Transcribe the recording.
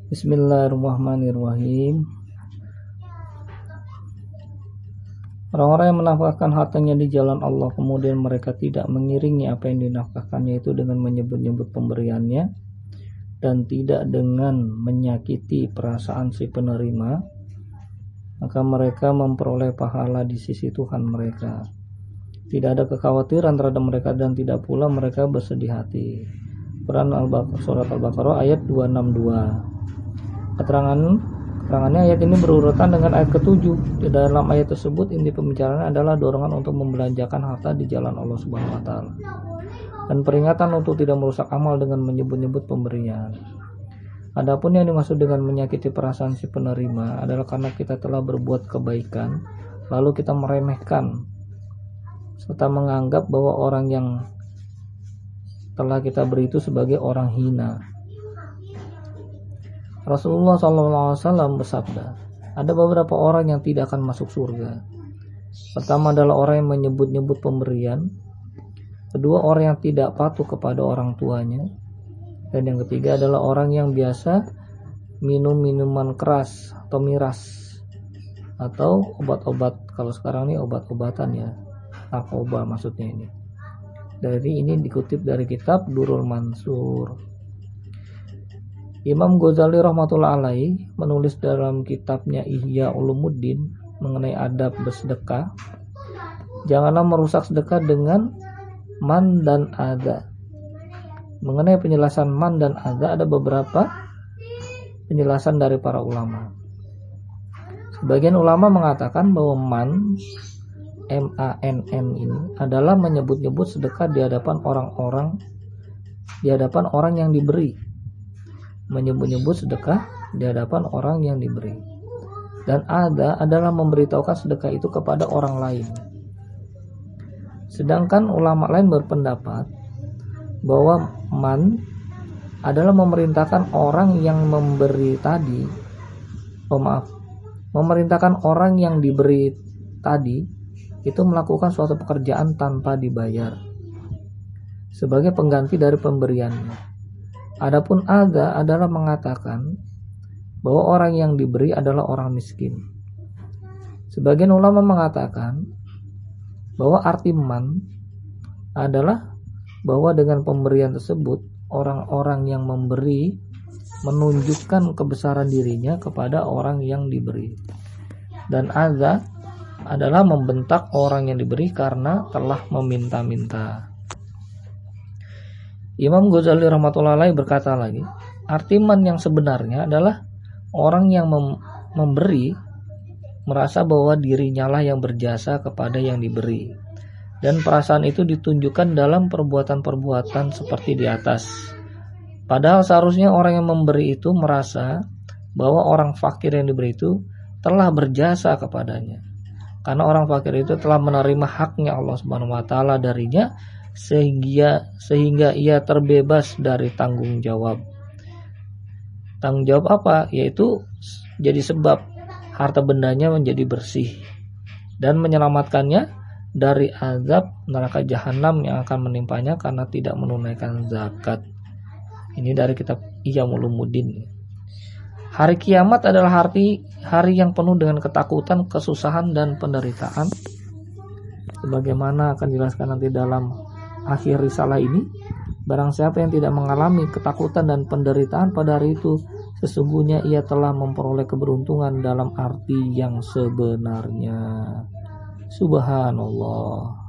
Bismillahirrahmanirrahim. Orang-orang yang menafkahkan hartanya di jalan Allah, kemudian mereka tidak mengiringi apa yang dinafkahkannya itu dengan menyebut-nyebut pemberiannya dan tidak dengan menyakiti perasaan si penerima, maka mereka memperoleh pahala di sisi Tuhan mereka. Tidak ada kekhawatiran terhadap mereka dan tidak pula mereka bersedih hati. Quran Surat Al-Baqarah ayat 262. Keterangannya ayat ini berurutan dengan ayat ke-7. Di dalam ayat tersebut inti pembicaraannya adalah dorongan untuk membelanjakan harta di jalan Allah Subhanahu wa taala dan peringatan untuk tidak merusak amal dengan menyebut-nyebut pemberian. Adapun yang dimaksud dengan menyakiti perasaan si penerima adalah karena kita telah berbuat kebaikan lalu kita meremehkan serta menganggap bahwa orang yang telah kita beri itu sebagai orang hina. Rasulullah SAW bersabda, ada beberapa orang yang tidak akan masuk surga. Pertama adalah orang yang menyebut-nyebut pemberian. Kedua, orang yang tidak patuh kepada orang tuanya. Dan yang ketiga adalah orang yang biasa minum minuman keras atau miras atau obat-obat. Kalau sekarang ini obat-obatan ya, narkoba maksudnya ini. Dari ini dikutip dari kitab Durrul Mansur. Imam Ghazali rahmatullah alaih menulis dalam kitabnya Ihya Ulumuddin mengenai adab bersedekah, janganlah merusak sedekah dengan man dan adza. Mengenai penjelasan man dan adza ada beberapa penjelasan dari para ulama. Sebagian ulama mengatakan bahwa man ini adalah menyebut-nyebut sedekah di hadapan orang yang diberi. Menyebut-nyebut sedekah di hadapan orang yang diberi. Dan ada adalah memberitahukan sedekah itu kepada orang lain. Sedangkan ulama lain berpendapat bahwa man adalah memerintahkan orang yang memberi tadi, memerintahkan orang yang diberi tadi itu melakukan suatu pekerjaan tanpa dibayar sebagai pengganti dari pemberiannya. Adapun adza adalah mengatakan bahwa orang yang diberi adalah orang miskin. Sebagian ulama mengatakan bahwa arti man adalah bahwa dengan pemberian tersebut orang-orang yang memberi menunjukkan kebesaran dirinya kepada orang yang diberi. Dan adza adalah membentak orang yang diberi karena telah meminta-minta. Imam Ghazali rahmatullah alaih berkata lagi, arti man yang sebenarnya adalah orang yang memberi merasa bahwa dirinya lah yang berjasa kepada yang diberi, dan perasaan itu ditunjukkan dalam perbuatan-perbuatan seperti di atas. Padahal seharusnya orang yang memberi itu merasa bahwa orang fakir yang diberi itu telah berjasa kepadanya, karena orang fakir itu telah menerima haknya Allah Subhanahu wa taala darinya, sehingga ia terbebas dari tanggung jawab. Tanggung jawab apa? Yaitu jadi sebab harta bendanya menjadi bersih dan menyelamatkannya dari azab neraka jahanam yang akan menimpanya karena tidak menunaikan zakat. Ini dari kitab Ihya Ulumuddin. Hari kiamat adalah hari yang penuh dengan ketakutan, kesusahan dan penderitaan. Sebagaimana akan dijelaskan nanti dalam akhir risalah ini, barang siapa yang tidak mengalami ketakutan dan penderitaan pada hari itu, sesungguhnya ia telah memperoleh keberuntungan dalam arti yang sebenarnya. Subhanallah.